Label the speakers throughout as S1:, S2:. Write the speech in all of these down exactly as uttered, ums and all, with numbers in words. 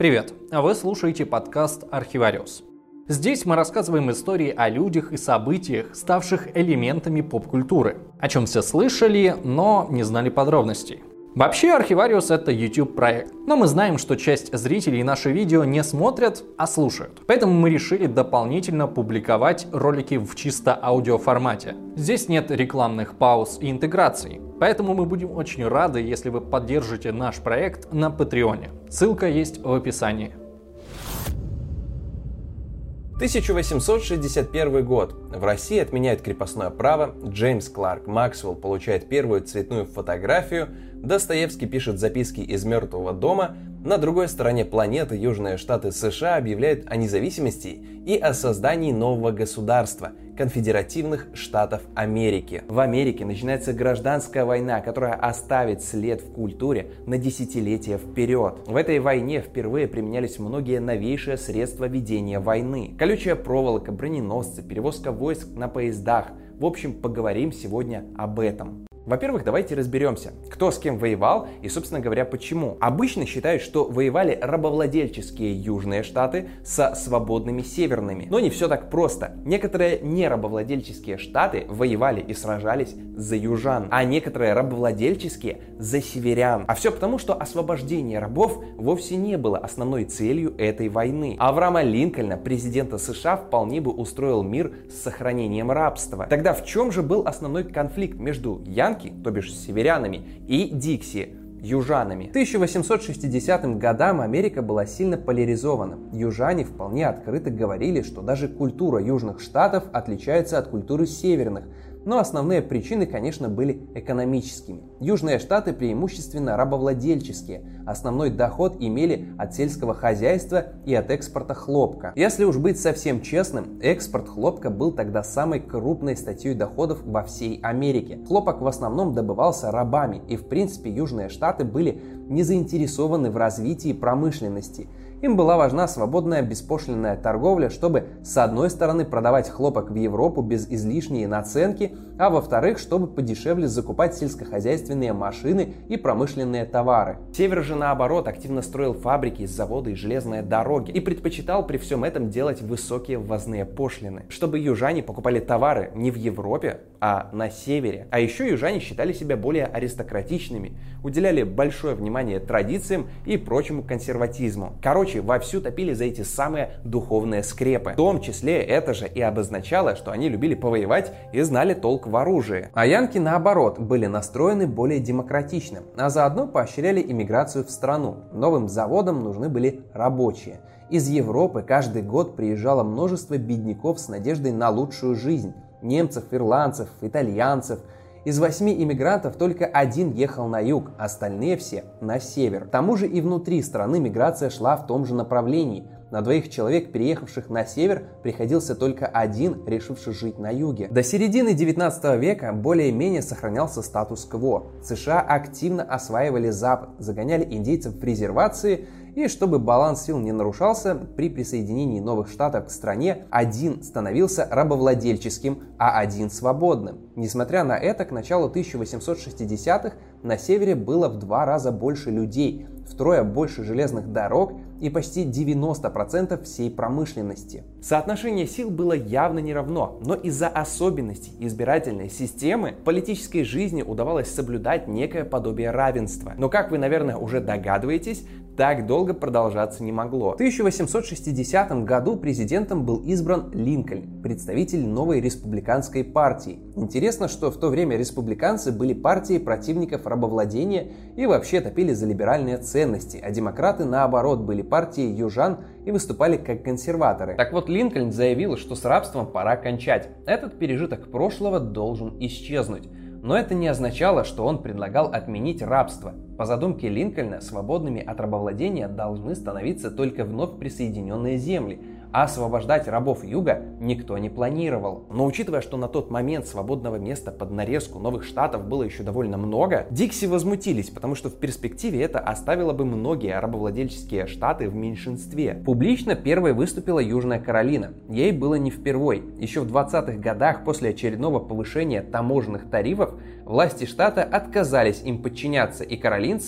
S1: Привет, вы слушаете подкаст «Архивариус». Здесь мы рассказываем истории о людях и событиях, ставших элементами поп-культуры, о чем все слышали, но не знали подробностей. Вообще, «Архивариус» — это YouTube-проект, но мы знаем, что часть зрителей наши видео не смотрят, а слушают. Поэтому мы решили дополнительно публиковать ролики в чисто аудиоформате. Здесь нет рекламных пауз и интеграций, поэтому мы будем очень рады, если вы поддержите наш проект на Патреоне. Ссылка есть в описании.
S2: тысяча восемьсот шестьдесят первый год. В России отменяют крепостное право, Джеймс Кларк Максвелл получает первую цветную фотографию, Достоевский пишет записки из мертвого дома, на другой стороне планеты Южные Штаты США объявляют о независимости и о создании нового государства – Конфедеративных Штатов Америки. В Америке начинается гражданская война, которая оставит след в культуре на десятилетия вперед. В этой войне впервые применялись многие новейшие средства ведения войны. Колючая проволока, броненосцы, перевозка войск на поездах. В общем, поговорим сегодня об этом. Во-первых, давайте разберемся, кто с кем воевал и, собственно говоря, почему. Обычно считают, что воевали рабовладельческие южные штаты со свободными северными. Но не все так просто. Некоторые нерабовладельческие штаты воевали и сражались за южан, а некоторые рабовладельческие за северян. А все потому, что освобождение рабов вовсе не было основной целью этой войны. Авраама Линкольна, президента США, вполне бы устроил мир с сохранением рабства. Тогда в чем же был основной конфликт между янки, то бишь северянами, и Дикси, южанами? К тысяча восемьсот шестидесятым годам Америка была сильно поляризована. Южане вполне открыто говорили, что даже культура южных штатов отличается от культуры северных. Но основные причины, конечно, были экономическими. Южные штаты преимущественно рабовладельческие. Основной доход имели от сельского хозяйства и от экспорта хлопка. Если уж быть совсем честным, экспорт хлопка был тогда самой крупной статьей доходов во всей Америке. Хлопок в основном добывался рабами, и в принципе южные штаты были не заинтересованы в развитии промышленности. Им была важна свободная беспошлинная торговля, чтобы с одной стороны продавать хлопок в Европу без излишней наценки, а во-вторых, чтобы подешевле закупать сельскохозяйственные машины и промышленные товары. Север же наоборот активно строил фабрики, заводы и железные дороги и предпочитал при всем этом делать высокие ввозные пошлины, чтобы южане покупали товары не в Европе, а на севере. А еще южане считали себя более аристократичными, уделяли большое внимание традициям и прочему консерватизму. Короче, вовсю топили за эти самые духовные скрепы. В том числе это же и обозначало, что они любили повоевать и знали толк в оружии. А янки, наоборот, были настроены более демократично, а заодно поощряли иммиграцию в страну. Новым заводам нужны были рабочие. Из Европы каждый год приезжало множество бедняков с надеждой на лучшую жизнь. Немцев, ирландцев, итальянцев. Из восьми иммигрантов только один ехал на юг, остальные все на север. К тому же и внутри страны миграция шла в том же направлении. На двоих человек, переехавших на север, приходился только один, решивший жить на юге. До середины девятнадцатого века более-менее сохранялся статус-кво. США активно осваивали Запад, загоняли индейцев в резервации, и чтобы баланс сил не нарушался, при присоединении новых штатов к стране один становился рабовладельческим, а один свободным. Несмотря на это, к началу тысяча восемьсот шестидесятых на севере было в два раза больше людей, втрое больше железных дорог и почти девяносто процентов всей промышленности. Соотношение сил было явно не равно, но из-за особенностей избирательной системы политической жизни удавалось соблюдать некое подобие равенства. Но, как вы, наверное, уже догадываетесь, так долго продолжаться не могло. В тысяча восемьсот шестидесятом году президентом был избран Линкольн, представитель новой республиканской партии. Интересно, что в то время республиканцы были партией противников рабовладения и вообще топили за либеральные ценности, а демократы, наоборот, были партией южан и выступали как консерваторы. Так вот, Линкольн заявил, что с рабством пора кончать. Этот пережиток прошлого должен исчезнуть. Но это не означало, что он предлагал отменить рабство. По задумке Линкольна, свободными от рабовладения должны становиться только вновь присоединенные земли, а освобождать рабов юга никто не планировал. Но учитывая, что на тот момент свободного места под нарезку новых штатов было еще довольно много, Дикси возмутились, потому что в перспективе это оставило бы многие рабовладельческие штаты в меньшинстве. Публично первой выступила Южная Каролина. Ей было не впервой. Еще в двадцатых годах после очередного повышения таможенных тарифов власти штата отказались им подчиняться, и каролинцы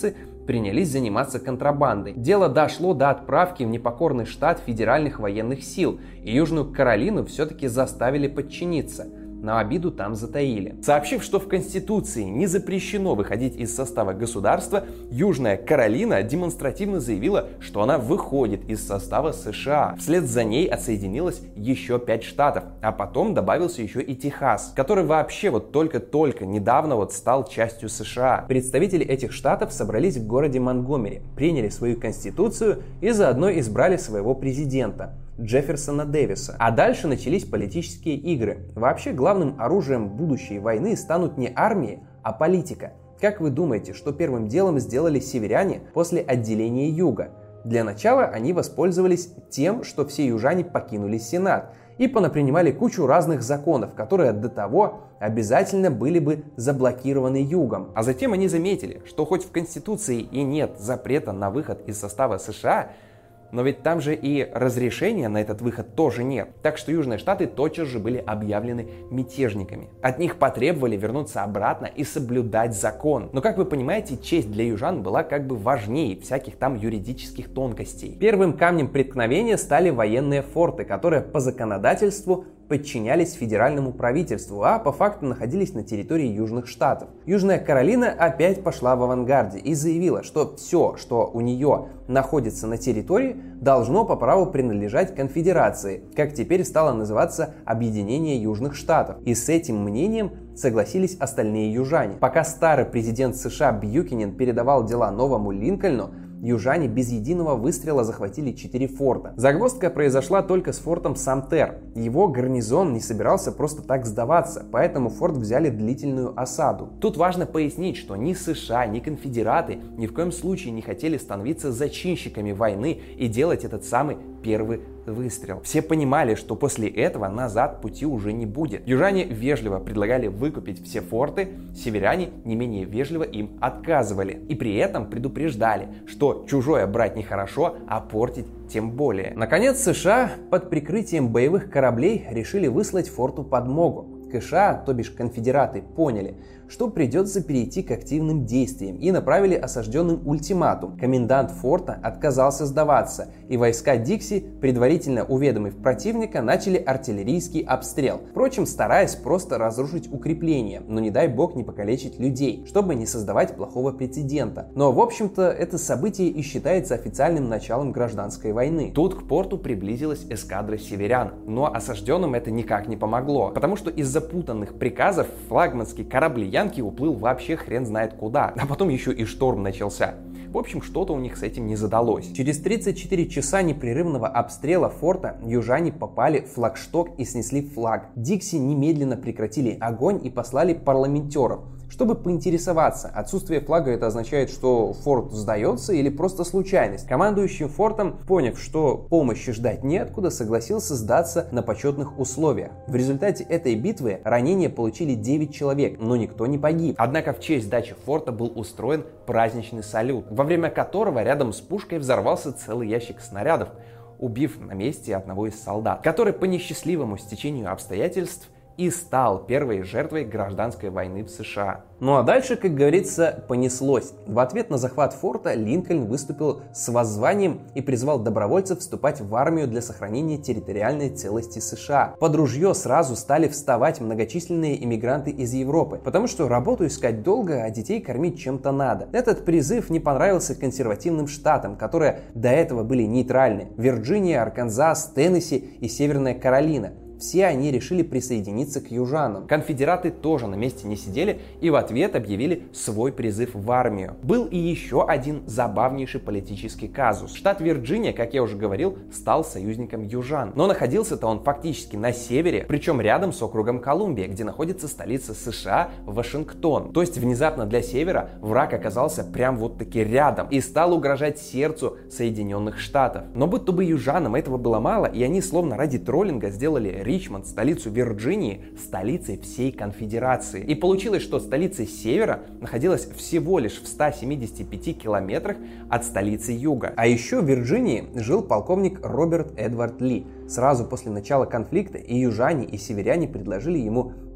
S2: принялись заниматься контрабандой. Дело дошло до отправки в непокорный штат федеральных военных сил, и Южную Каролину все-таки заставили подчиниться. Но обиду там затаили. Сообщив, что в Конституции не запрещено выходить из состава государства, Южная Каролина демонстративно заявила, что она выходит из состава США. Вслед за ней отсоединилось еще пять штатов, а потом добавился еще и Техас, который вообще вот только-только недавно вот стал частью США. Представители этих штатов собрались в городе Монтгомери, приняли свою конституцию и заодно избрали своего президента Джефферсона Дэвиса. А дальше начались политические игры. Вообще главным оружием будущей войны станут не армии, а политика. Как вы думаете, что первым делом сделали северяне после отделения Юга? Для начала они воспользовались тем, что все южане покинули Сенат и понапринимали кучу разных законов, которые до того обязательно были бы заблокированы Югом. А затем они заметили, что хоть в Конституции и нет запрета на выход из состава США, но ведь там же и разрешения на этот выход тоже нет. Так что южные штаты тотчас же были объявлены мятежниками. От них потребовали вернуться обратно и соблюдать закон. Но, как вы понимаете, честь для южан была как бы важнее всяких там юридических тонкостей. Первым камнем преткновения стали военные форты, которые по законодательству подчинялись федеральному правительству, а по факту находились на территории Южных Штатов. Южная Каролина опять пошла в авангарде и заявила, что все, что у нее находится на территории, должно по праву принадлежать конфедерации, как теперь стало называться Объединение Южных Штатов. И с этим мнением согласились остальные южане. Пока старый президент США Бьюкенен передавал дела новому Линкольну, южане без единого выстрела захватили четыре форта. Загвоздка произошла только с фортом Самтер. Его гарнизон не собирался просто так сдаваться, поэтому форт взяли в длительную осаду. Тут важно пояснить, что ни США, ни конфедераты ни в коем случае не хотели становиться зачинщиками войны и делать этот самый первый выстрел. Все понимали, что после этого назад пути уже не будет. Южане вежливо предлагали выкупить все форты, северяне не менее вежливо им отказывали. И при этом предупреждали, что чужое брать нехорошо, а портить тем более. Наконец, США под прикрытием боевых кораблей решили выслать форту подмогу. США, то бишь конфедераты, поняли, что придется перейти к активным действиям и направили осажденным ультиматум. Комендант форта отказался сдаваться, и войска Дикси, предварительно уведомив противника, начали артиллерийский обстрел, впрочем, стараясь просто разрушить укрепления, но не дай бог не покалечить людей, чтобы не создавать плохого прецедента. Но в общем-то это событие и считается официальным началом гражданской войны. Тут к порту приблизилась эскадра северян, но осажденным это никак не помогло, потому что из-за путанных приказов флагманский корабль Янки уплыл вообще хрен знает куда, а потом еще и шторм начался. В общем, что-то у них с этим не задалось. Через тридцать четыре часа непрерывного обстрела форта южане попали в флагшток и снесли флаг. Дикси немедленно прекратили огонь и послали парламентеров, чтобы поинтересоваться, отсутствие флага это означает, что форт сдается или просто случайность. Командующий фортом, поняв, что помощи ждать неоткуда, согласился сдаться на почетных условиях. В результате этой битвы ранения получили девять человек, но никто не погиб. Однако в честь сдачи форта был устроен праздничный салют, во время которого рядом с пушкой взорвался целый ящик снарядов, убив на месте одного из солдат, который по несчастливому стечению обстоятельств и стал первой жертвой гражданской войны в США. Ну а дальше, как говорится, понеслось. В ответ на захват форта Линкольн выступил с воззванием и призвал добровольцев вступать в армию для сохранения территориальной целости США. Под ружье сразу стали вставать многочисленные иммигранты из Европы, потому что работу искать долго, а детей кормить чем-то надо. Этот призыв не понравился консервативным штатам, которые до этого были нейтральны: Вирджиния, Арканзас, Теннесси и Северная Каролина. Все они решили присоединиться к южанам. Конфедераты тоже на месте не сидели и в ответ объявили свой призыв в армию. Был и еще один забавнейший политический казус. Штат Вирджиния, как я уже говорил, стал союзником южан. Но находился-то он фактически на севере, причем рядом с округом Колумбия, где находится столица США Вашингтон. То есть внезапно для севера враг оказался прям вот таки рядом и стал угрожать сердцу Соединенных Штатов. Но будто бы южанам этого было мало, и они словно ради троллинга сделали Ричмонд, столицу Вирджинии, столицей всей конфедерации. И получилось, что столица севера находилась всего лишь в ста семидесяти пяти километрах от столицы юга. А еще в Вирджинии жил полковник Роберт Эдвард Ли. Сразу после начала конфликта и южане, и северяне предложили ему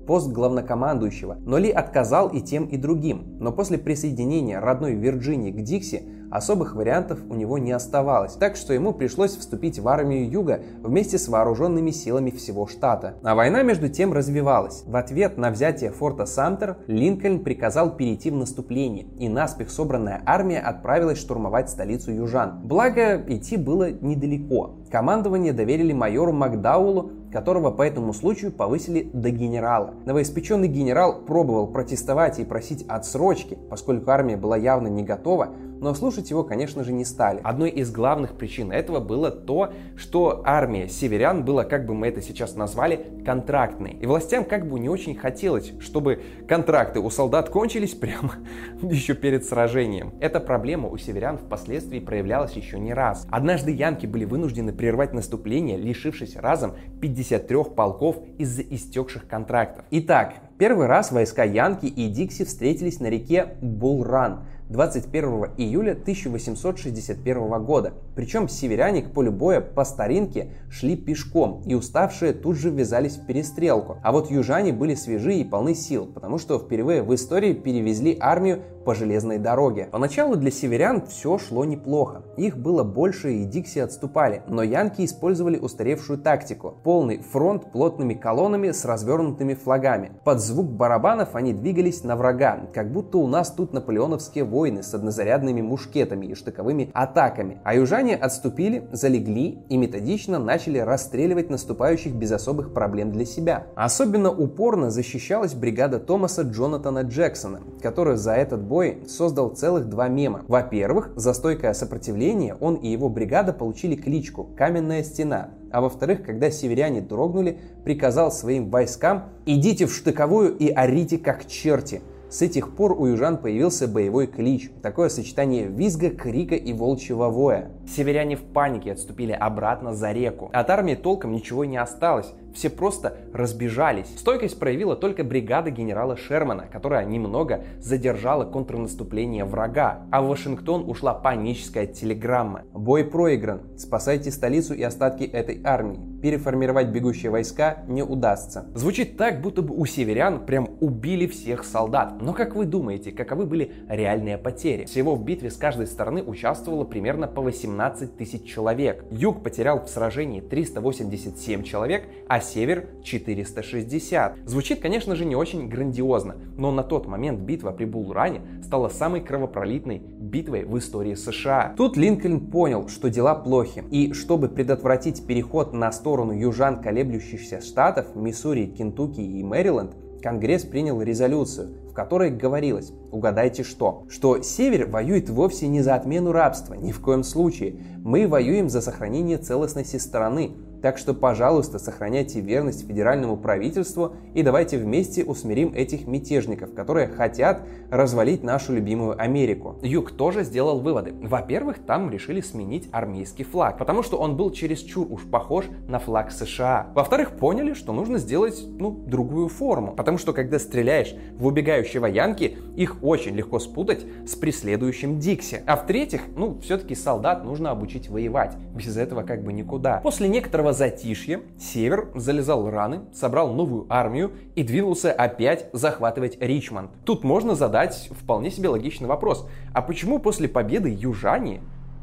S3: пост главнокомандующего, но Ли отказал и тем, и другим. Но после присоединения родной Вирджинии к Дикси особых вариантов у него не оставалось, так что ему пришлось вступить в армию Юга вместе с вооруженными силами всего штата. А война между тем развивалась. В ответ на взятие форта Самтер Линкольн приказал перейти в наступление, и наспех собранная армия отправилась штурмовать столицу южан. Благо, идти было недалеко. Командование доверили майору Макдаулу, которого по этому случаю повысили до генерала. Новоиспеченный генерал пробовал протестовать и просить отсрочки, поскольку армия была явно не готова, но слушать его, конечно же, не стали.
S2: Одной из главных причин этого было то, что армия северян была, как бы мы это сейчас назвали, контрактной. И властям как бы не очень хотелось, чтобы контракты у солдат кончились прямо еще перед сражением. Эта проблема у северян впоследствии проявлялась еще не раз. Однажды янки были вынуждены прервать наступление, лишившись разом пятидесяти трёх полков из-за истекших контрактов.
S3: Итак, первый раз войска Янки и Дикси встретились на реке Булл-Ран двадцать первого июля тысяча восемьсот шестьдесят первого года. Причем северяне к полю боя по старинке шли пешком, и уставшие тут же ввязались в перестрелку. А вот южане были свежи и полны сил, потому что впервые в истории перевезли армию по железной дороге. Поначалу для северян все шло неплохо. Их было больше, и Дикси отступали, но янки использовали устаревшую тактику. Полный фронт плотными колоннами с развернутыми флагами. Под звук барабанов они двигались на врага, как будто у нас тут наполеоновские войны с однозарядными мушкетами и штыковыми атаками. А южане отступили, залегли и методично начали расстреливать наступающих без особых проблем для себя. Особенно упорно защищалась бригада Томаса Джонатана Джексона, который за этот бой создал целых два мема. Во-первых, за стойкое сопротивление он и его бригада получили кличку «Каменная стена». А во-вторых, когда северяне дрогнули, приказал своим войскам: «Идите в штыковую и орите как черти». С этих пор у южан появился боевой клич, такое сочетание визга, крика и волчьего воя.
S2: Северяне в панике отступили обратно за реку. От армии толком ничего не осталось, все просто разбежались. Стойкость проявила только бригада генерала Шермана, которая немного задержала контрнаступление врага, а в Вашингтон ушла паническая телеграмма:
S3: «Бой проигран, спасайте столицу и остатки этой армии. Переформировать бегущие войска не удастся».
S2: Звучит так, будто бы у северян прям убили всех солдат. Но как вы думаете, каковы были реальные потери? Всего в битве с каждой стороны участвовало примерно по восемнадцать тысяч человек. Юг потерял в сражении триста восемьдесят семь человек, а север четыреста шестьдесят. Звучит, конечно же, не очень грандиозно, но на тот момент битва при Булл-Ране стала самой кровопролитной битвой в истории США.
S3: Тут Линкольн понял, что дела плохи, и чтобы предотвратить переход на сторону южан колеблющихся штатов Миссури, Кентукки и Мэриленд, Конгресс принял резолюцию, в которой говорилось, угадайте что, что Север воюет вовсе не за отмену рабства, ни в коем случае. Мы воюем за сохранение целостности страны. Так что, пожалуйста, сохраняйте верность федеральному правительству и давайте вместе усмирим этих мятежников, которые хотят развалить нашу любимую Америку.
S2: Юг тоже сделал выводы. Во-первых, там решили сменить армейский флаг, потому что он был чересчур уж похож на флаг США. Во-вторых, поняли, что нужно сделать, ну, другую форму, потому что, когда стреляешь в убегающего янки, их очень легко спутать с преследующим Дикси. А в-третьих, ну, все-таки солдат нужно обучить воевать. Без этого как бы никуда. После некоторого затишья Север залезал раны, собрал новую армию и двинулся опять захватывать Ричмонд. Тут можно задать вполне себе логичный вопрос: а почему после победы южане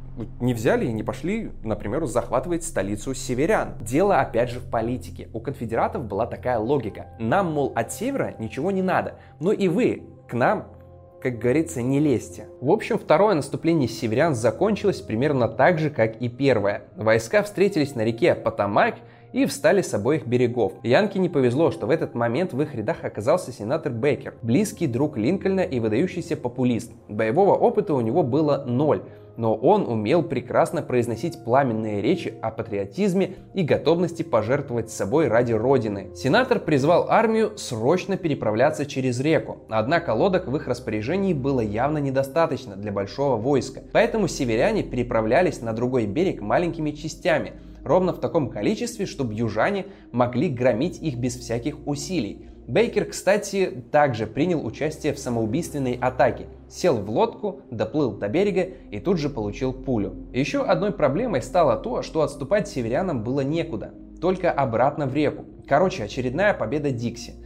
S2: не взяли и не пошли, например, захватывать столицу северян? Дело опять же в политике. У конфедератов была такая логика: нам, мол, от севера ничего не надо, но и вы к нам, как говорится, не лезьте.
S3: В общем, второе наступление северян закончилось примерно так же, как и первое. Войска встретились на реке Потамак и встали с обоих берегов. Янке не повезло, что в этот момент в их рядах оказался сенатор Бейкер, близкий друг Линкольна и выдающийся популист. Боевого опыта у него было ноль, но он умел прекрасно произносить пламенные речи о патриотизме и готовности пожертвовать собой ради Родины. Сенатор призвал армию срочно переправляться через реку, однако лодок в их распоряжении было явно недостаточно для большого войска, поэтому северяне переправлялись на другой берег маленькими частями, ровно в таком количестве, чтобы южане могли громить их без всяких усилий. Бейкер, кстати, также принял участие в самоубийственной атаке, сел в лодку, доплыл до берега и тут же получил пулю. Еще одной проблемой стало то, что отступать северянам было некуда, только обратно в реку. Короче, очередная победа Дикси.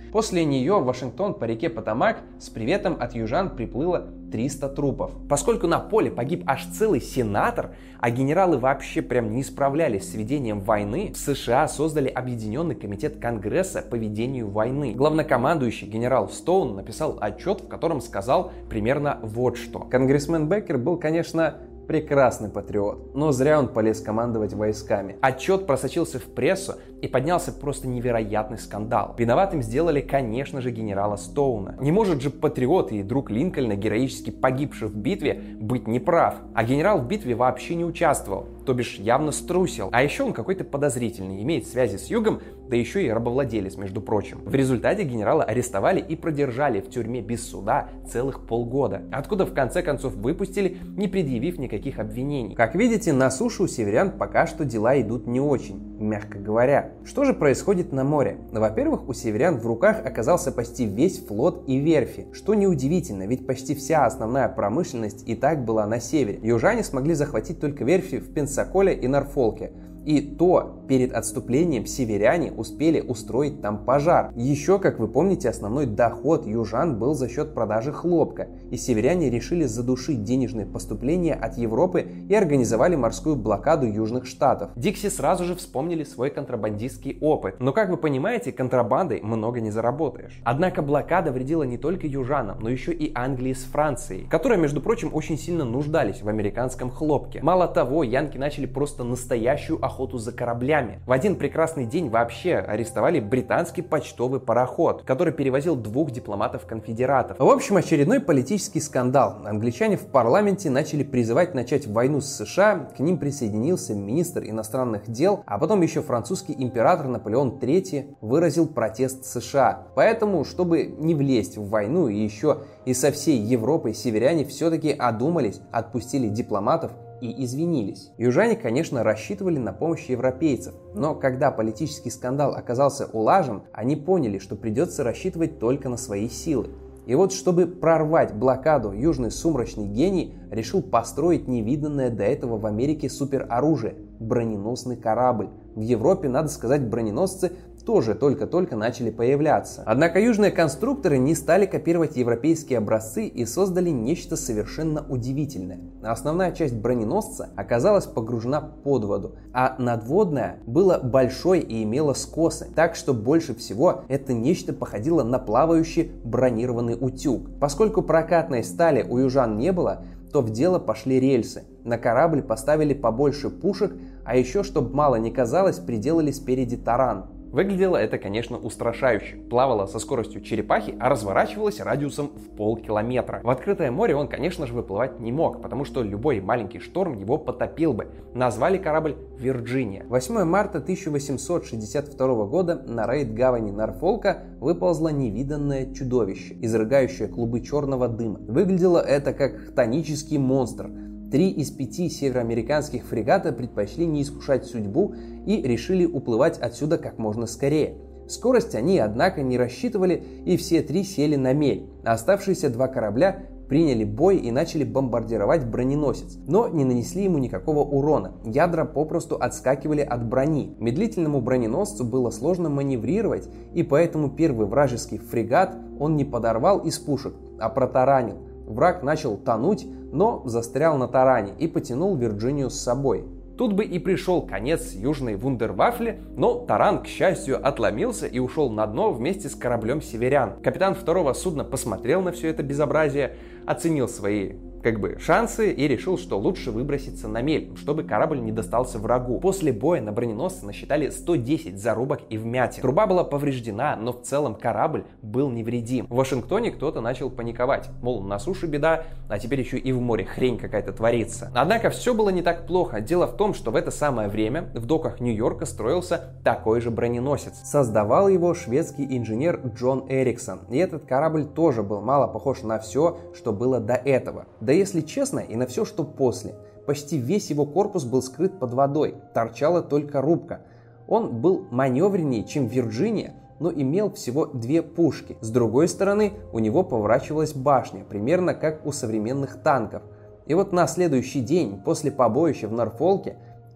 S3: После нее в Вашингтон по реке Потомак с приветом от южан приплыло триста трупов. Поскольку на поле погиб аж целый сенатор, а генералы вообще прям не справлялись с ведением войны, в США создали Объединенный комитет Конгресса по ведению войны. Главнокомандующий генерал Стоун написал отчет, в котором сказал примерно вот что. Конгрессмен Беккер был, конечно, прекрасный патриот, но зря он полез командовать войсками. Отчет просочился в прессу и поднялся просто невероятный скандал. Виноватым сделали, конечно же, генерала Стоуна. Не может же патриот и друг Линкольна, героически погибший в битве, быть неправ. А генерал в битве вообще не участвовал, то бишь явно струсил. А еще он какой-то подозрительный, имеет связи с югом, да еще и рабовладелец, между прочим. В результате генерала арестовали и продержали в тюрьме без суда целых полгода, откуда в конце концов выпустили, не предъявив никаких обвинений. Как видите, на суше у северян пока что дела идут не очень, мягко говоря. Что же происходит на море? Во-первых, у северян в руках оказался почти весь флот и верфи, что неудивительно, ведь почти вся основная промышленность и так была на севере. Южане смогли захватить только верфи в Пенсаколе и Норфолке. И то перед отступлением северяне успели устроить там пожар. Еще, как вы помните, основной доход южан был за счет продажи хлопка. И северяне решили задушить денежные поступления от Европы и организовали морскую блокаду южных штатов. Дикси сразу же вспомнили свой контрабандистский опыт. Но, как вы понимаете, контрабандой много не заработаешь. Однако блокада вредила не только южанам, но еще и Англии с Францией, которые, между прочим, очень сильно нуждались в американском хлопке. Мало того, янки начали просто настоящую охоту за кораблями. В один прекрасный день вообще арестовали британский почтовый пароход, который перевозил двух дипломатов-конфедератов. В общем, очередной политический скандал. Англичане в парламенте начали призывать начать войну с США, к ним присоединился министр иностранных дел, а потом еще французский император Наполеон третий выразил протест США. Поэтому, чтобы не влезть в войну и еще и со всей Европой, северяне все-таки одумались, отпустили дипломатов и извинились. Южане, конечно, рассчитывали на помощь европейцев, но когда политический скандал оказался улажен, они поняли, что придется рассчитывать только на свои силы. И вот, чтобы прорвать блокаду, южный сумрачный гений решил построить невиданное до этого в Америке супероружие – броненосный корабль. В Европе, надо сказать, броненосцы тоже только-только начали появляться. Однако южные конструкторы не стали копировать европейские образцы и создали нечто совершенно удивительное. Основная часть броненосца оказалась погружена под воду, а надводная была большой и имела скосы, так что больше всего это нечто походило на плавающий бронированный утюг. Поскольку прокатной стали у южан не было, то в дело пошли рельсы. На корабль поставили побольше пушек, а еще, чтобы мало не казалось, приделали спереди таран. Выглядело это, конечно, устрашающе. Плавало со скоростью черепахи, а разворачивалось радиусом в полкилометра. В открытое море он, конечно же, выплывать не мог, потому что любой маленький шторм его потопил бы. Назвали корабль «Вирджиния». восьмого марта тысяча восемьсот шестьдесят второго года на рейд гавани Норфолка выползло невиданное чудовище, изрыгающее клубы черного дыма. Выглядело это как хтонический монстр. Три из пяти североамериканских фрегата предпочли не искушать судьбу и решили уплывать отсюда как можно скорее. Скорость они, однако, не рассчитывали, и все три сели на мель. А оставшиеся два корабля приняли бой и начали бомбардировать броненосец, но не нанесли ему никакого урона. Ядра попросту отскакивали от брони. Медлительному броненосцу было сложно маневрировать, и поэтому первый вражеский фрегат он не подорвал из пушек, а протаранил. Враг начал тонуть, но застрял на таране и потянул Вирджинию с собой. Тут бы и пришел конец южной вундервафли, но таран, к счастью, отломился и ушел на дно вместе с кораблем северян. Капитан второго судна посмотрел на все это безобразие, оценил свои как бы шансы и решил, что лучше выброситься на мель, чтобы корабль не достался врагу. После боя на броненосце насчитали сто десять зарубок и вмятин. Труба была повреждена, но в целом корабль был невредим. В Вашингтоне кто-то начал паниковать, мол, на суше беда, а теперь еще и в море хрень какая-то творится. Однако все было не так плохо. Дело в том, что в это самое время в доках Нью-Йорка строился такой же броненосец. Создавал его шведский инженер Джон Эриксон. И этот корабль тоже был мало похож на все, что было до этого. Да если честно, и на все, что после. Почти весь его корпус был скрыт под водой, торчала только рубка. Он был маневреннее, чем Вирджиния, но имел всего две пушки. С другой стороны, у него поворачивалась башня, примерно как у современных танков. И вот на следующий день, после побоища в Норфолке,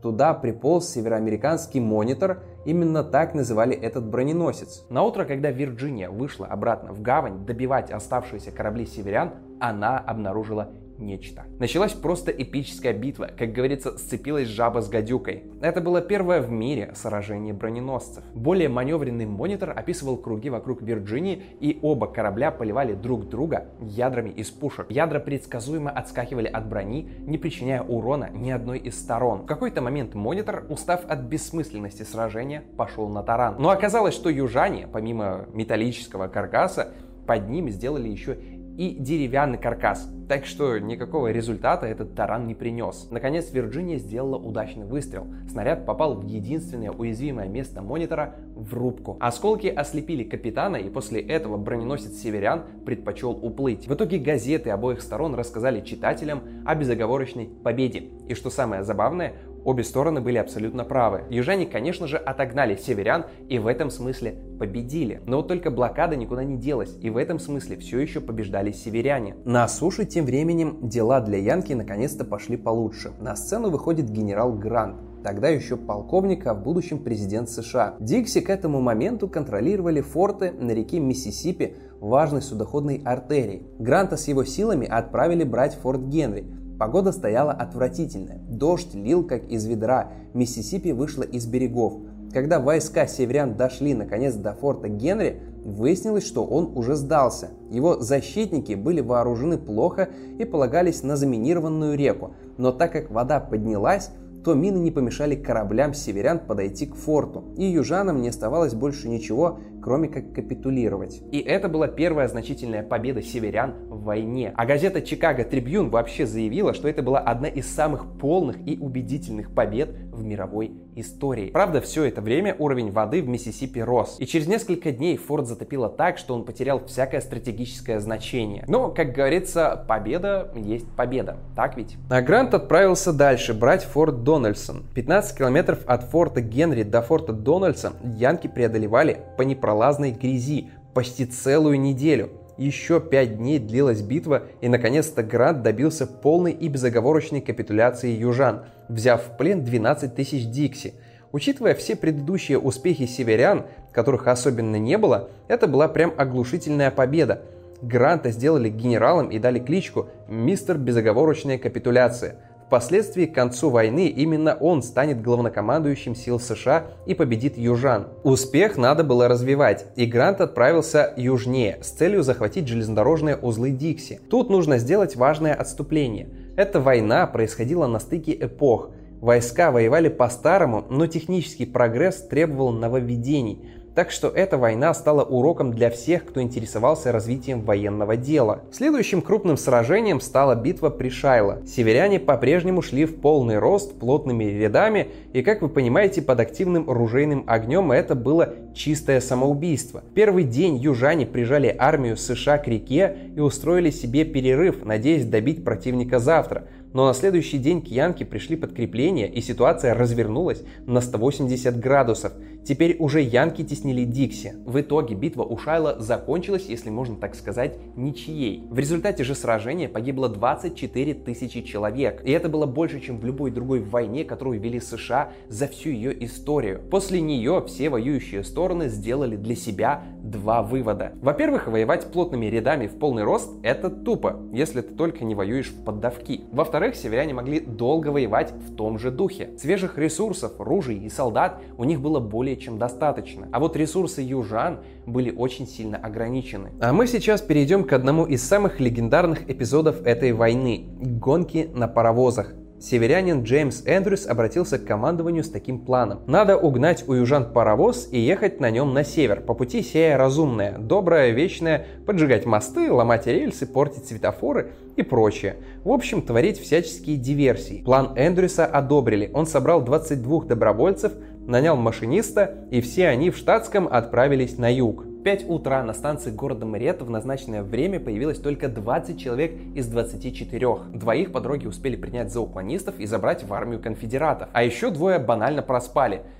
S3: Туда приполз североамериканский монитор, именно так называли этот броненосец. На утро, когда Вирджиния вышла обратно в гавань добивать оставшиеся корабли северян, она обнаружила нечто. Началась просто эпическая битва, как говорится, сцепилась жаба с гадюкой. Это было первое в мире сражение броненосцев. Более маневренный монитор описывал круги вокруг Вирджинии, и оба корабля поливали друг друга ядрами из пушек. Ядра предсказуемо отскакивали от брони, не причиняя урона ни одной из сторон. В какой-то момент монитор, устав от бессмысленности сражения, пошел на таран. Но оказалось, что южане, помимо металлического каркаса, под ним сделали еще и деревянный каркас, так что никакого результата этот таран не принес. Наконец Вирджиния сделала удачный выстрел. Снаряд попал в единственное уязвимое место монитора — в рубку. Осколки ослепили капитана, и после этого броненосец северян предпочел уплыть. В итоге газеты обоих сторон рассказали читателям о безоговорочной победе. И что самое забавное, обе стороны были абсолютно правы. Южане, конечно же, отогнали северян и в этом смысле победили. Но вот только блокада никуда не делась, и в этом смысле все еще побеждали северяне. На суше тем временем дела для Янки наконец-то пошли получше. На сцену выходит генерал Грант, тогда еще полковник, а в будущем президент США. Дикси к этому моменту контролировали форты на реке Миссисипи, важной судоходной артерии. Гранта с его силами отправили брать форт Генри. Погода стояла отвратительная. Дождь лил как из ведра. Миссисипи вышла из берегов. Когда войска северян дошли наконец до форта Генри, выяснилось, что он уже сдался. Его защитники были вооружены плохо и полагались на заминированную реку. Но так как вода поднялась, то мины не помешали кораблям северян подойти к форту, и южанам не оставалось больше ничего, кроме как капитулировать. И это была первая значительная победа северян в войне. А газета «Чикаго Трибьюн» вообще заявила, что это была одна из самых полных и убедительных побед в мировой истории. Правда, все это время уровень воды в Миссисипи рос, и через несколько дней форт затопило так, что он потерял всякое стратегическое значение. Но, как говорится, победа есть победа, так ведь? А Грант отправился дальше брать форт Дональдсон. пятнадцать километров от форта Генри до форта Дональдсон янки преодолевали по непролазной грязи почти целую неделю. Еще пять дней длилась битва, и наконец-то Грант добился полной и безоговорочной капитуляции южан, взяв в плен двенадцать тысяч Дикси. Учитывая все предыдущие успехи северян, которых особенно не было, это была прям оглушительная победа. Гранта сделали генералом и дали кличку «Мистер Безоговорочная капитуляция». Впоследствии к концу войны именно он станет главнокомандующим сил США и победит южан. Успех надо было развивать, и Грант отправился южнее с целью захватить железнодорожные узлы Дикси. Тут нужно сделать важное отступление. Эта война происходила на стыке эпох. Войска воевали по-старому, но технический прогресс требовал нововведений. Так что эта война стала уроком для всех, кто интересовался развитием военного дела. Следующим крупным сражением стала битва при Шайло. Северяне по-прежнему шли в полный рост плотными рядами, и, как вы понимаете, под активным ружейным огнем это было чистое самоубийство. В первый день южане прижали армию США к реке и устроили себе перерыв, надеясь добить противника завтра. Но на следующий день к янке пришли подкрепления, и ситуация развернулась на сто восемьдесят градусов. Теперь уже янки теснили Дикси. В итоге битва у Шайло закончилась, если можно так сказать, ничьей. В результате же сражения погибло двадцать четыре тысячи человек. И это было больше, чем в любой другой войне, которую вели США за всю ее историю. После нее все воюющие стороны сделали для себя два вывода. Во-первых, воевать плотными рядами в полный рост – это тупо, если ты только не воюешь в поддавки. Во-вторых, северяне могли долго воевать в том же духе. Свежих ресурсов, ружей и солдат у них было более чем достаточно. А вот ресурсы южан были очень сильно ограничены. А мы сейчас перейдем к одному из самых легендарных эпизодов этой войны – гонки на паровозах. Северянин Джеймс Эндрюс обратился к командованию с таким планом. Надо угнать у южан паровоз и ехать на нем на север, по пути сея разумное, доброе, вечное, поджигать мосты, ломать рельсы, портить светофоры и прочее. В общем, творить всяческие диверсии. План Эндрюса одобрили. Он собрал двадцать двух добровольцев, нанял машиниста, и все они в штатском отправились на юг. В пять утра на станции города Мэриэтта в назначенное время появилось только двадцать человек из двадцати четырёх. Двоих по дороге успели принять за уклонистов и забрать в армию конфедератов. А еще двое банально проспали.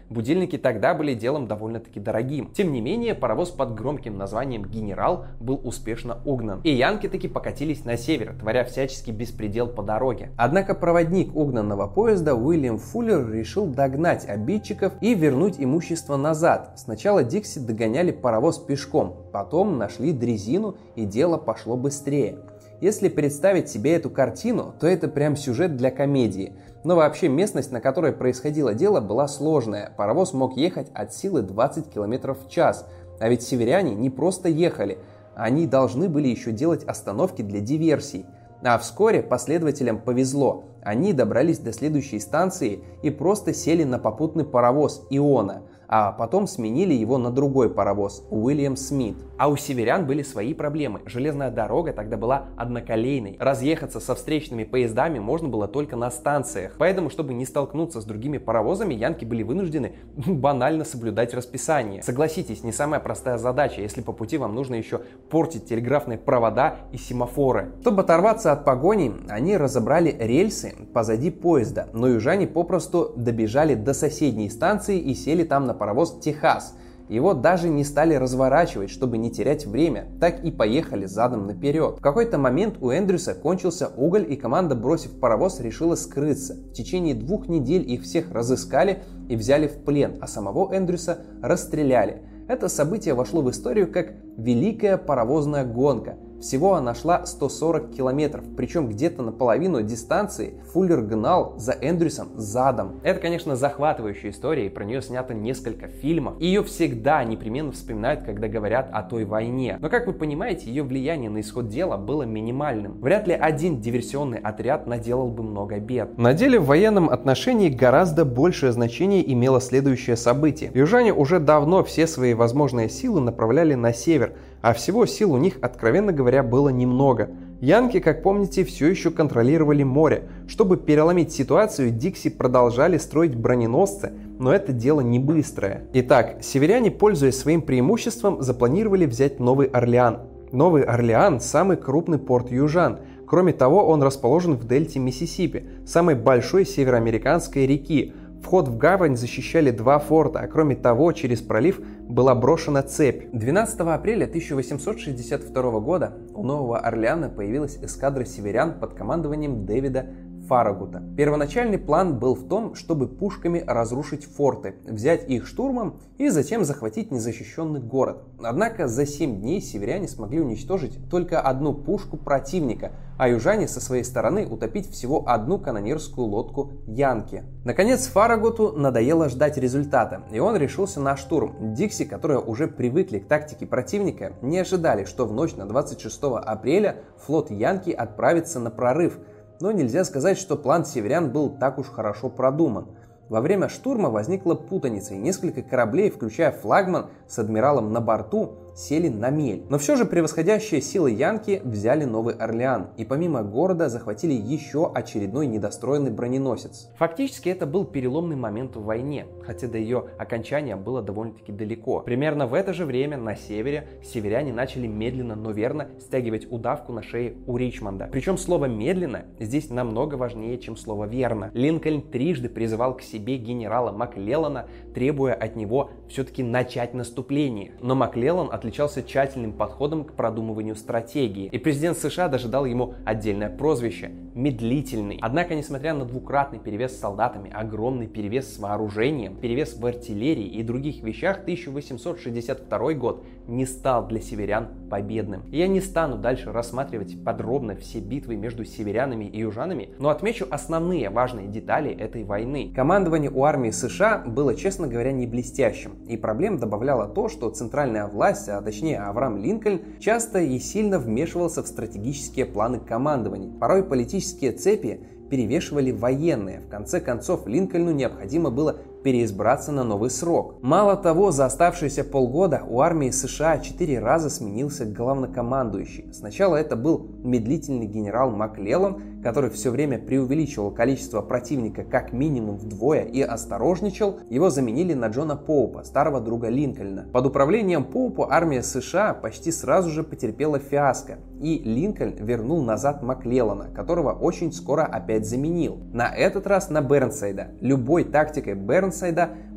S3: Будильники тогда были делом довольно-таки дорогим. Тем не менее, паровоз под громким названием «Генерал» был успешно угнан. И янки таки покатились на север, творя всяческий беспредел по дороге. Однако проводник угнанного поезда Уильям Фуллер решил догнать обидчиков и вернуть имущество назад. Сначала Дикси догоняли паровоз пешком, потом нашли дрезину, и дело пошло быстрее. Если представить себе эту картину, то это прям сюжет для комедии. Но вообще местность, на которой происходило дело, была сложная. Паровоз мог ехать от силы двадцать километров в час. А ведь северяне не просто ехали, они должны были еще делать остановки для диверсий. А вскоре последователям повезло. Они добрались до следующей станции и просто сели на попутный паровоз «Иона», а потом сменили его на другой паровоз «Уильям Смит». А у северян были свои проблемы. Железная дорога тогда была одноколейной. Разъехаться со встречными поездами можно было только на станциях. Поэтому, чтобы не столкнуться с другими паровозами, янки были вынуждены банально соблюдать расписание. Согласитесь, не самая простая задача, если по пути вам нужно еще портить телеграфные провода и семафоры. Чтобы оторваться от погони, они разобрали рельсы позади поезда, но южане попросту добежали до соседней станции и сели там на паровоз «Техас». Его даже не стали разворачивать, чтобы не терять время, так и поехали задом наперед. В какой-то момент у Эндрюса кончился уголь, и команда, бросив паровоз, решила скрыться. В течение двух недель их всех разыскали и взяли в плен, а самого Эндрюса расстреляли. Это событие вошло в историю как Великая паровозная гонка. Всего она шла сто сорок километров, причем где-то наполовину дистанции Фуллер гнал за Эндрюсом задом. Это, конечно, захватывающая история, и про нее снято несколько фильмов. Ее всегда непременно вспоминают, когда говорят о той войне. Но, как вы понимаете, ее влияние на исход дела было минимальным. Вряд ли один диверсионный отряд наделал бы много бед. На деле в военном отношении гораздо большее значение имело следующее событие. Южане уже давно все свои возможные силы направляли на север, а всего сил у них, откровенно говоря, было немного. Янки, как помните, все еще контролировали море. Чтобы переломить ситуацию, Дикси продолжали строить броненосцы, но это дело не быстрое. Итак, северяне, пользуясь своим преимуществом, запланировали взять Новый Орлеан. Новый Орлеан – самый крупный порт южан. Кроме того, он расположен в дельте Миссисипи, самой большой североамериканской реки. Вход в гавань защищали два форта, а кроме того, через пролив была брошена цепь. двенадцатого апреля тысяча восемьсот шестьдесят второго года у Нового Орлеана появилась эскадра северян под командованием Дэвида Фаррагута. Первоначальный план был в том, чтобы пушками разрушить форты, взять их штурмом и затем захватить незащищенный город. Однако за семь дней северяне смогли уничтожить только одну пушку противника, а южане со своей стороны утопить всего одну канонерскую лодку янки. Наконец Фаррагуту надоело ждать результата, и он решился на штурм. Дикси, которые уже привыкли к тактике противника, не ожидали, что в ночь на двадцать шестого апреля флот янки отправится на прорыв. Но нельзя сказать, что план северян был так уж хорошо продуман. Во время штурма возникла путаница, и несколько кораблей, включая флагман с адмиралом на борту, сели на мель. Но все же превосходящие силы янки взяли Новый Орлеан и помимо города захватили еще очередной недостроенный броненосец. Фактически это был переломный момент в войне, хотя до ее окончания было довольно-таки далеко. Примерно в это же время на севере северяне начали медленно, но верно стягивать удавку на шее у Ричмонда. Причем слово «медленно» здесь намного важнее, чем слово «верно». Линкольн трижды призывал к себе генерала Маклеллана, требуя от него все-таки начать наступление. Но Маклеллан отличался тщательным подходом к продумыванию стратегии, и президент США даже дал ему отдельное прозвище – «медлительный». Однако, несмотря на двукратный перевес с солдатами, огромный перевес с вооружением, перевес в артиллерии и других вещах, тысяча восемьсот шестьдесят второй год не стал для северян победным. И я не стану дальше рассматривать подробно все битвы между северянами и южанами, но отмечу основные важные детали этой войны. Командование у армии США было, честно говоря, не блестящим, и проблем добавляло то, что центральная власть, а точнее Авраам Линкольн, часто и сильно вмешивался в стратегические планы командования. Порой политические цепи перевешивали военные. В конце концов, Линкольну необходимо было переизбраться на новый срок. Мало того, за оставшиеся полгода у армии США четыре раза сменился главнокомандующий. Сначала это был медлительный генерал Маклеллан, который все время преувеличивал количество противника как минимум вдвое и осторожничал. Его заменили на Джона Поупа, старого друга Линкольна. Под управлением Поупа армия США почти сразу же потерпела фиаско, и Линкольн вернул назад Маклеллана, которого очень скоро опять заменил. На этот раз на Бернсайда. Любой тактикой Бернсайда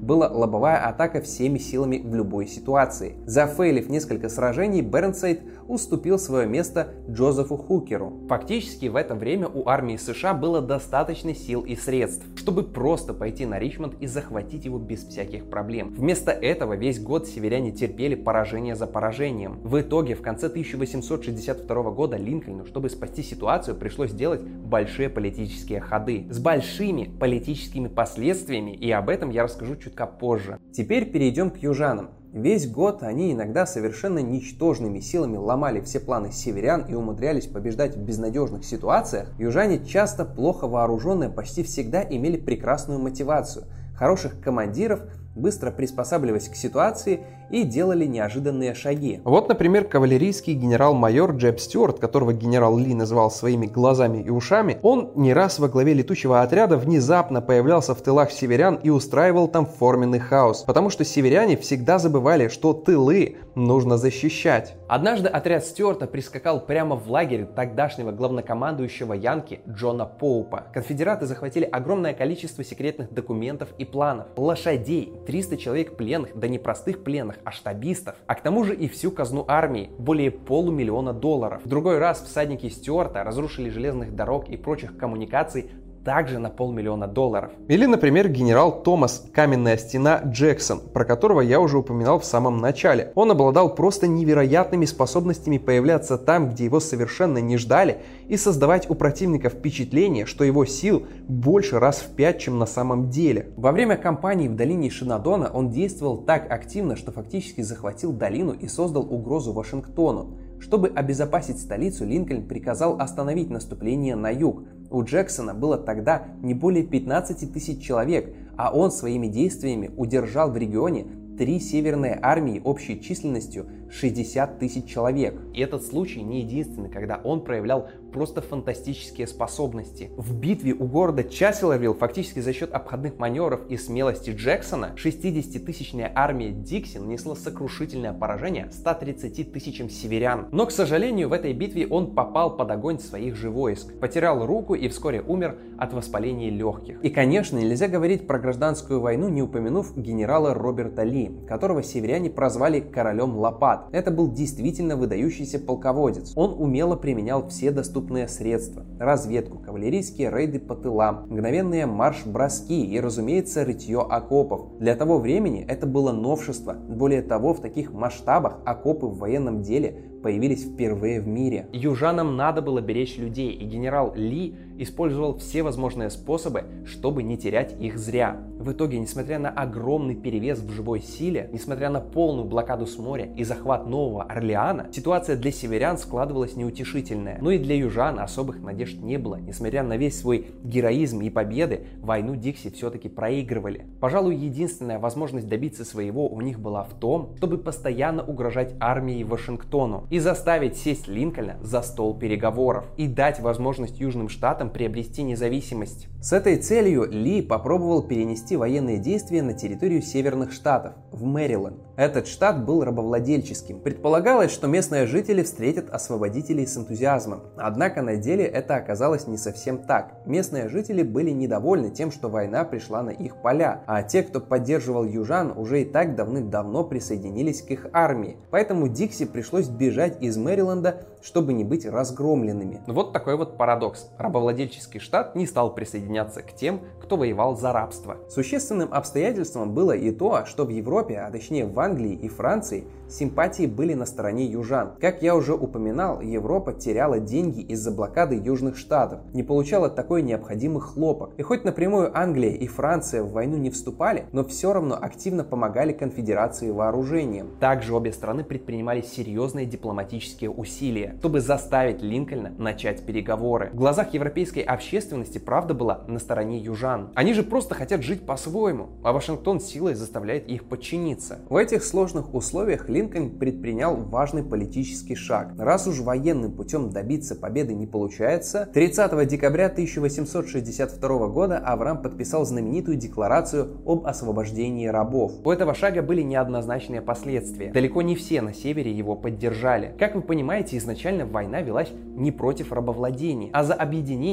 S3: была лобовая атака всеми силами в любой ситуации. Зафейлив несколько сражений, Бернсайд уступил свое место Джозефу Хукеру. Фактически в это время у армии США было достаточно сил и средств, чтобы просто пойти на Ричмонд и захватить его без всяких проблем. Вместо этого весь год северяне терпели поражение за поражением. В итоге в конце тысяча восемьсот шестьдесят второго года Линкольну, чтобы спасти ситуацию, пришлось делать большие политические ходы с большими политическими последствиями, и об этом я расскажу чутка позже. Теперь перейдем к южанам. Весь год они иногда совершенно ничтожными силами ломали все планы северян и умудрялись побеждать в безнадежных ситуациях. Южане, часто плохо вооруженные, почти всегда имели прекрасную мотивацию, хороших командиров, быстро приспосабливаясь к ситуации и делали неожиданные шаги.
S4: Вот, например, кавалерийский генерал-майор Джеб Стюарт, которого генерал Ли называл своими глазами и ушами, он не раз во главе летучего отряда внезапно появлялся в тылах северян и устраивал там форменный хаос, потому что северяне всегда забывали, что тылы нужно защищать.
S3: Однажды отряд Стюарта прискакал прямо в лагерь тогдашнего главнокомандующего Янки Джона Поупа. Конфедераты захватили огромное количество секретных документов и планов, лошадей, триста человек пленных, да не простых пленных, а штабистов, а к тому же и всю казну армии, более полумиллиона долларов. В другой раз всадники Стюарта разрушили железных дорог и прочих коммуникаций также на полмиллиона долларов.
S4: Или, например, генерал Томас «Каменная стена» Джексон, про которого я уже упоминал в самом начале. Он обладал просто невероятными способностями появляться там, где его совершенно не ждали, и создавать у противника впечатление, что его сил больше раз в пять, чем на самом деле.
S3: Во время кампании в долине Шинодона он действовал так активно, что фактически захватил долину и создал угрозу Вашингтону. Чтобы обезопасить столицу, Линкольн приказал остановить наступление на юг. У Джексона было тогда не более пятнадцати тысяч человек, а он своими действиями удержал в регионе три северные армии общей численностью шестьдесят тысяч человек. И этот случай не единственный, когда он проявлял просто фантастические способности. В битве у города Часселорвилл фактически за счет обходных маневров и смелости Джексона шестидесятитысячная армия Дикси нанесла сокрушительное поражение ста тридцати тысячам северян. Но, к сожалению, в этой битве он попал под огонь своих же войск, потерял руку и вскоре умер от воспаления легких. И, конечно, нельзя говорить про гражданскую войну, не упомянув генерала Роберта Ли, которого северяне прозвали королем лопат. Это был действительно выдающийся полководец. Он умело применял все доступные средства: разведку, кавалерийские рейды по тылам, мгновенные марш-броски и, разумеется, рытье окопов. Для того времени это было новшество. Более того, в таких масштабах окопы в военном деле появились впервые в мире. Южанам надо было беречь людей, и генерал Ли использовал все возможные способы, чтобы не терять их зря. В итоге, несмотря на огромный перевес в живой силе, несмотря на полную блокаду с моря и захват Нового Орлеана, ситуация для северян складывалась неутешительная. Но и для южан особых надежд не было. Несмотря на весь свой героизм и победы, войну Дикси все-таки проигрывали. Пожалуй, единственная возможность добиться своего у них была в том, чтобы постоянно угрожать армии Вашингтону и заставить сесть Линкольна за стол переговоров и дать возможность Южным штатам приобрести независимость. С этой целью Ли попробовал перенести военные действия на территорию северных штатов, в Мэриленд. Этот штат был рабовладельческим. Предполагалось, что местные жители встретят освободителей с энтузиазмом. Однако на деле это оказалось не совсем так. Местные жители были недовольны тем, что война пришла на их поля, а те, кто поддерживал южан, уже и так давным-давно присоединились к их армии. Поэтому Дикси пришлось бежать из Мэриленда, чтобы не быть разгромленными. Вот такой вот парадокс. Рабовладельческий штат не стал присоединяться к тем, кто воевал за рабство. Существенным обстоятельством было и то, что в Европе, а точнее в Англии и Франции, симпатии были на стороне южан. Как я уже упоминал, Европа теряла деньги из-за блокады южных штатов, не получала такой необходимый хлопок. И хоть напрямую Англия и Франция в войну не вступали, но все равно активно помогали конфедерации вооружением. Также обе страны предпринимали серьезные дипломатические усилия, чтобы заставить Линкольна начать переговоры. В глазах европейской общественности правда была на стороне южан. Они же просто хотят жить по-своему, а Вашингтон силой заставляет их подчиниться. В этих сложных условиях Линкольн предпринял важный политический шаг. Раз уж военным путем добиться победы не получается, тридцатого декабря тысяча восемьсот шестьдесят второго года Авраам подписал знаменитую декларацию об освобождении рабов. У этого шага были неоднозначные последствия. Далеко не все на севере его поддержали. Как вы понимаете, изначально война велась не против рабовладения, а за объединение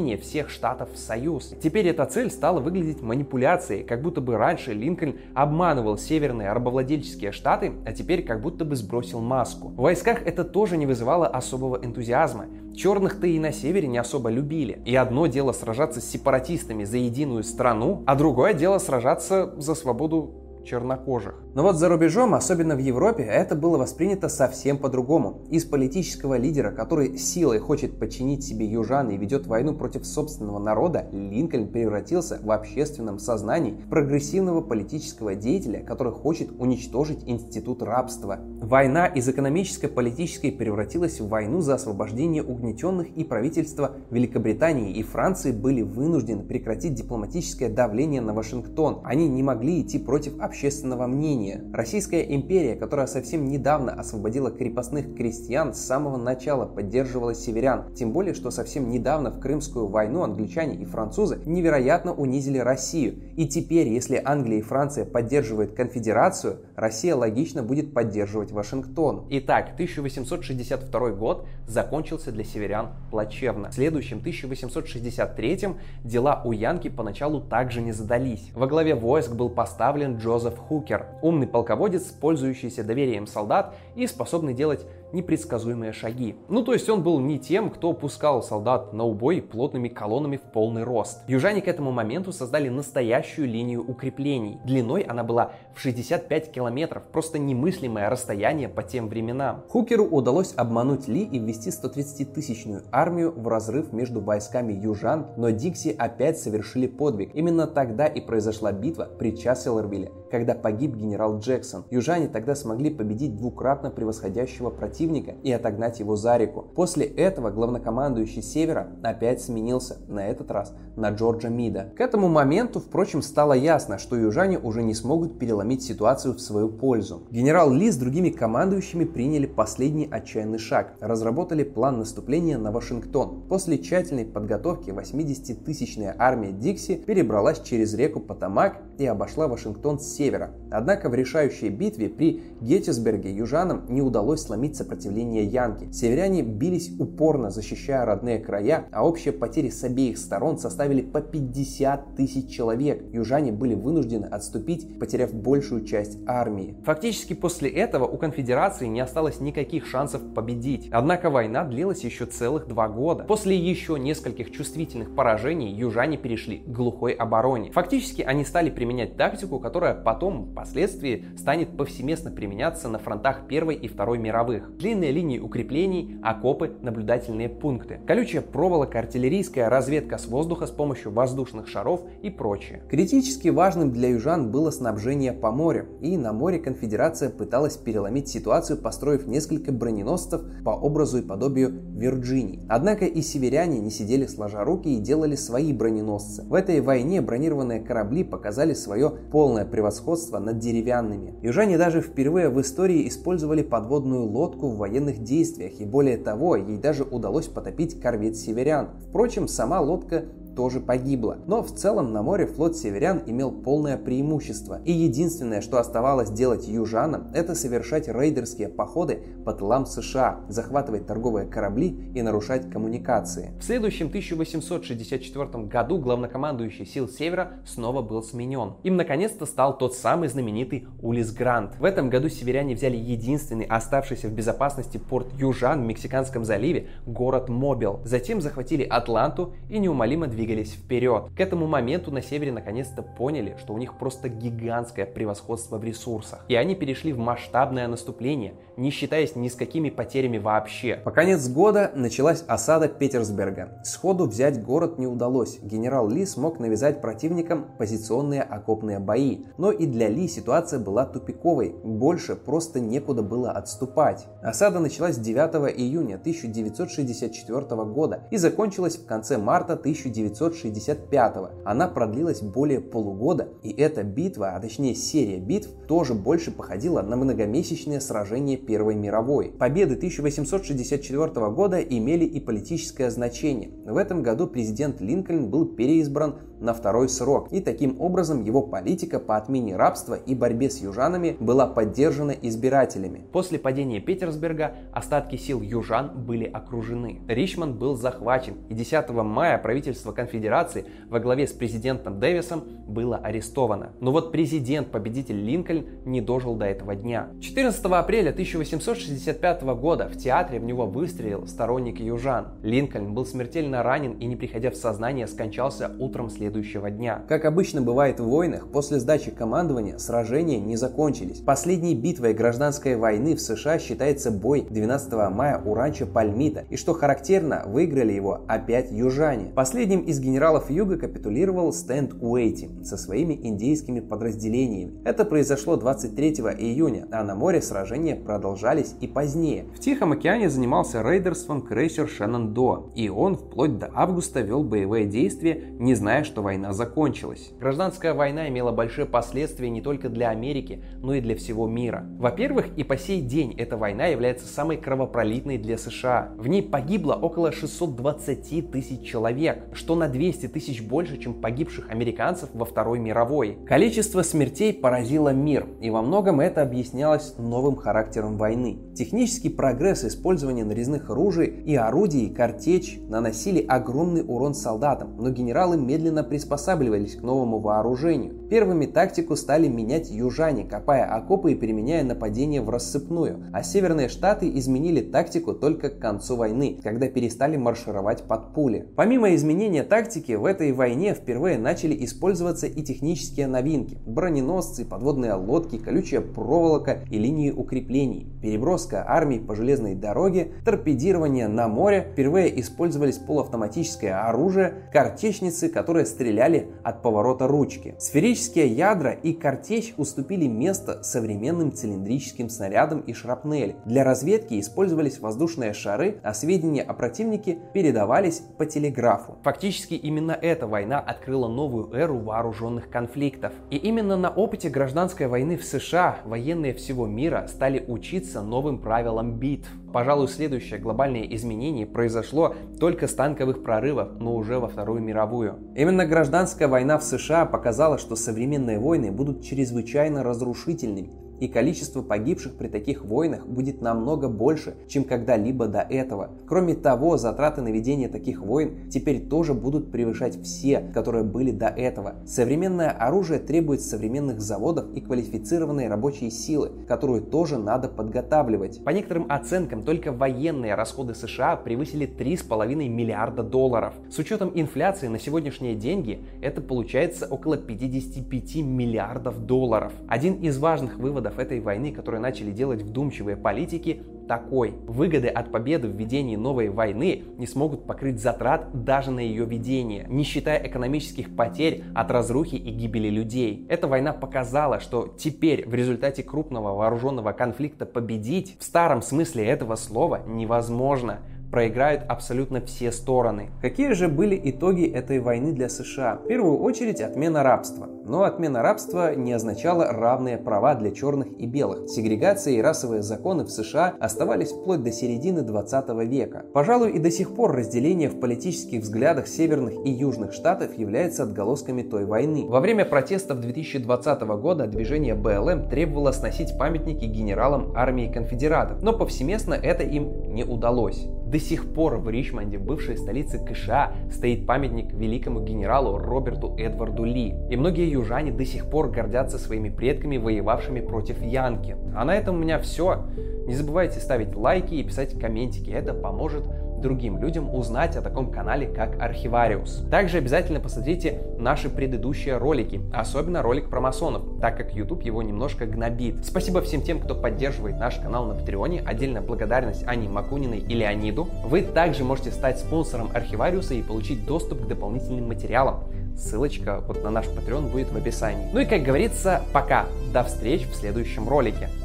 S3: объединение всех штатов в союз. Теперь эта цель стала выглядеть манипуляцией, как будто бы раньше Линкольн обманывал северные рабовладельческие штаты, а теперь как будто бы сбросил маску. В войсках это тоже не вызывало особого энтузиазма. Черных-то и на севере не особо любили. И одно дело сражаться с сепаратистами за единую страну, а другое дело сражаться за свободу чернокожих. Но вот за рубежом, особенно в Европе, это было воспринято совсем по-другому. Из политического лидера, который силой хочет подчинить себе южан и ведет войну против собственного народа, Линкольн превратился в общественном сознании прогрессивного политического деятеля, который хочет уничтожить институт рабства. Война из экономическо-политической превратилась в войну за освобождение угнетенных, и правительства Великобритании и Франции были вынуждены прекратить дипломатическое давление на Вашингтон. Они не могли идти против общественного мнения. Российская империя, которая совсем недавно освободила крепостных крестьян, с самого начала поддерживала северян. Тем более, что совсем недавно в Крымскую войну англичане и французы невероятно унизили Россию. И теперь, если Англия и Франция поддерживают конфедерацию, Россия логично будет поддерживать Вашингтон. Итак, тысяча восемьсот шестьдесят второй год закончился для северян плачевно. В следующем, тысяча восемьсот шестьдесят третьем, дела у Янки поначалу также не задались. Во главе войск был поставлен Джозеф Хукер, умный полководец, пользующийся доверием солдат и способный делать непредсказуемые шаги. Ну, то есть он был не тем, кто пускал солдат на убой плотными колоннами в полный рост. Южане к этому моменту создали настоящую линию укреплений. Длиной она была в шестьдесят пять километров, просто немыслимое расстояние по тем временам. Хукеру удалось обмануть Ли и ввести сто тридцатитысячную армию в разрыв между войсками южан, но Дикси опять совершили подвиг. Именно тогда и произошла битва при Часселервилле, когда погиб генерал Джексон. Южане тогда смогли победить двукратно превосходящего противника и отогнать его за реку. После этого главнокомандующий Севера опять сменился, на этот раз на Джорджа Мида. К этому моменту, впрочем, стало ясно, что южане уже не смогут переломить ситуацию в свою пользу. Генерал Ли с другими командующими приняли последний отчаянный шаг, разработали план наступления на Вашингтон. После тщательной подготовки восьмидесятитысячная армия Дикси перебралась через реку Потомак и обошла Вашингтон с севера. Однако в решающей битве при Геттисберге южанам не удалось сломить сопротивление Янки. Северяне бились упорно, защищая родные края, а общие потери с обеих сторон составили по пятьдесят тысяч человек. Южане были вынуждены отступить, потеряв большую часть армии. Фактически после этого у конфедерации не осталось никаких шансов победить. Однако война длилась еще целых два года. После еще нескольких чувствительных поражений южане перешли к глухой обороне. Фактически они стали применять тактику, которая потом, впоследствии, станет повсеместно применяться на фронтах Первой и Второй мировых. Длинные линии укреплений, окопы, наблюдательные пункты, колючая проволока, артиллерийская разведка с воздуха с помощью воздушных шаров и прочее. Критически важным для южан было снабжение по морю, и на море конфедерация пыталась переломить ситуацию, построив несколько броненосцев по образу и подобию Вирджинии. Однако и северяне не сидели сложа руки и делали свои броненосцы. В этой войне бронированные корабли показали свое полное превосходство над деревянными. Южане даже впервые в истории использовали подводную лодку в военных действиях, и более того, ей даже удалось потопить корвет северян. Впрочем, сама лодка тоже погибла. Но в целом на море флот северян имел полное преимущество. И единственное, что оставалось делать южанам, это совершать рейдерские походы по тылам США, захватывать торговые корабли и нарушать коммуникации. В следующем тысяча восемьсот шестьдесят четвёртом году главнокомандующий сил Севера снова был сменен. Им наконец-то стал тот самый знаменитый Улисс Грант. В этом году северяне взяли единственный оставшийся в безопасности порт южан в Мексиканском заливе, город Мобил. Затем захватили Атланту и неумолимо двигались двигались вперед. К этому моменту на севере наконец-то поняли, что у них просто гигантское превосходство в ресурсах. И они перешли в масштабное наступление, не считаясь ни с какими потерями вообще. По конец года началась осада Петерсберга. Сходу взять город не удалось. Генерал Ли смог навязать противникам позиционные окопные бои. Но и для Ли ситуация была тупиковой. Больше просто некуда было отступать. Осада началась девятого июня тысяча девятьсот шестьдесят четвёртого года и закончилась в конце марта тысяча девятьсот шестьдесят пятого. Она продлилась более полугода, и эта битва, а точнее серия битв, тоже больше походила на многомесячное сражение Первой мировой. Победы тысяча восемьсот шестьдесят четвёртого года имели и политическое значение. В этом году президент Линкольн был переизбран на второй срок, и таким образом его политика по отмене рабства и борьбе с южанами была поддержана избирателями.
S5: После падения Петерсберга остатки сил южан были окружены. Ричмонд был захвачен, и десятого мая правительство конфедерации во главе с президентом Дэвисом было арестовано. Но вот президент-победитель Линкольн не дожил до этого дня. четырнадцатого апреля тысяча восемьсот шестьдесят пятого года в театре в него выстрелил сторонник южан. Линкольн был смертельно ранен и, не приходя в сознание, скончался утром следующего дня.
S3: Как обычно бывает в войнах, после сдачи командования сражения не закончились. Последней битвой гражданской войны в США считается бой двенадцатого мая у ранчо Пальмита, и что характерно, выиграли его опять южане. Последним из генералов Юга капитулировал Стэнд Уэйти со своими индейскими подразделениями. Это произошло двадцать третьего июня, а на море сражения продолжались и позднее.
S5: В Тихом океане занимался рейдерством крейсер Шеннандоа, и он вплоть до августа вел боевые действия, не зная, что война закончилась. Гражданская война имела большие последствия не только для Америки, но и для всего мира. Во-первых, и по сей день эта война является самой кровопролитной для США. В ней погибло около шестисот двадцати тысяч человек, что на двести тысяч больше, чем погибших американцев во Второй мировой.
S3: Количество смертей поразило мир, и во многом это объяснялось новым характером войны. Технический прогресс использования нарезных оружий и орудий, картечь наносили огромный урон солдатам, но генералы медленно приспосабливались к новому вооружению. Первыми тактику стали менять южане, копая окопы и применяя нападения в рассыпную, а северные штаты изменили тактику только к концу войны, когда перестали маршировать под пули. Помимо изменения тактики, в этой войне впервые начали использоваться и технические новинки: броненосцы, подводные лодки, колючая проволока и линии укреплений, переброска армий по железной дороге, торпедирование на море, впервые использовались полуавтоматическое оружие, картечницы, которые стреляли от поворота ручки. Сферические ядра и картечь уступили место современным цилиндрическим снарядам и шрапнели. Для разведки использовались воздушные шары, а сведения о противнике передавались по телеграфу.
S5: Фактически именно эта война открыла новую эру вооруженных конфликтов. И именно на опыте гражданской войны в США военные всего мира стали учиться новым правилам битв. Пожалуй, следующее глобальное изменение произошло только с танковых прорывов, но уже во Вторую мировую.
S3: Именно гражданская война в США показала, что современные войны будут чрезвычайно разрушительными, и количество погибших при таких войнах будет намного больше, чем когда-либо до этого. Кроме того, затраты на ведение таких войн теперь тоже будут превышать все, которые были до этого. Современное оружие требует современных заводов и квалифицированной рабочей силы, которую тоже надо подготавливать.
S5: По некоторым оценкам, только военные расходы США превысили три с половиной миллиарда долларов. С учетом инфляции на сегодняшние деньги это получается около пятидесяти пяти миллиардов долларов. Один из важных выводов этой войны, которые начали делать вдумчивые политики, такой: выгоды от победы в ведении новой войны не смогут покрыть затрат даже на ее ведение, не считая экономических потерь от разрухи и гибели людей. Эта война показала, что теперь в результате крупного вооруженного конфликта победить в старом смысле этого слова невозможно. Проиграют абсолютно все стороны.
S3: Какие же были итоги этой войны для США? В первую очередь отмена рабства. Но отмена рабства не означала равные права для черных и белых. Сегрегация и расовые законы в США оставались вплоть до середины двадцатого века. Пожалуй, и до сих пор разделение в политических взглядах северных и южных штатов является отголосками той войны.
S5: Во время протестов две тысячи двадцатого года движение бэ эл эм требовало сносить памятники генералам армии конфедератов, но повсеместно это им не удалось. До сих пор в Ричмонде, бывшей столице ка эс а, стоит памятник великому генералу Роберту Эдварду Ли. И многие южане до сих пор гордятся своими предками, воевавшими против Янки. А на этом у меня все. Не забывайте ставить лайки и писать комментики. Это поможет другим людям узнать о таком канале, как Архивариус. Также обязательно посмотрите наши предыдущие ролики, особенно ролик про масонов, так как YouTube его немножко гнобит. Спасибо всем тем, кто поддерживает наш канал на Патреоне. Отдельная благодарность Ане Макуниной и Леониду. Вы также можете стать спонсором Архивариуса и получить доступ к дополнительным материалам. Ссылочка вот на наш Patreon будет в описании. Ну и как говорится, пока. До встречи в следующем ролике.